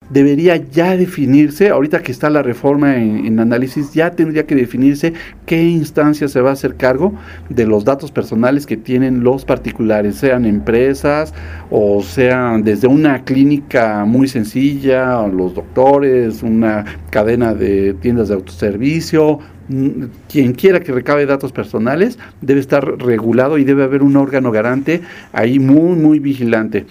debería ya definirse, ahorita que está la reforma en análisis, ya tendría que definirse qué instancia se va a hacer cargo de los datos personales que tienen los particulares, sean empresas o sean desde una clínica muy sencilla, los doctores, una cadena de tiendas de autoservicio. Quien quiera que recabe datos personales debe estar regulado y debe haber un órgano garante ahí muy vigilante.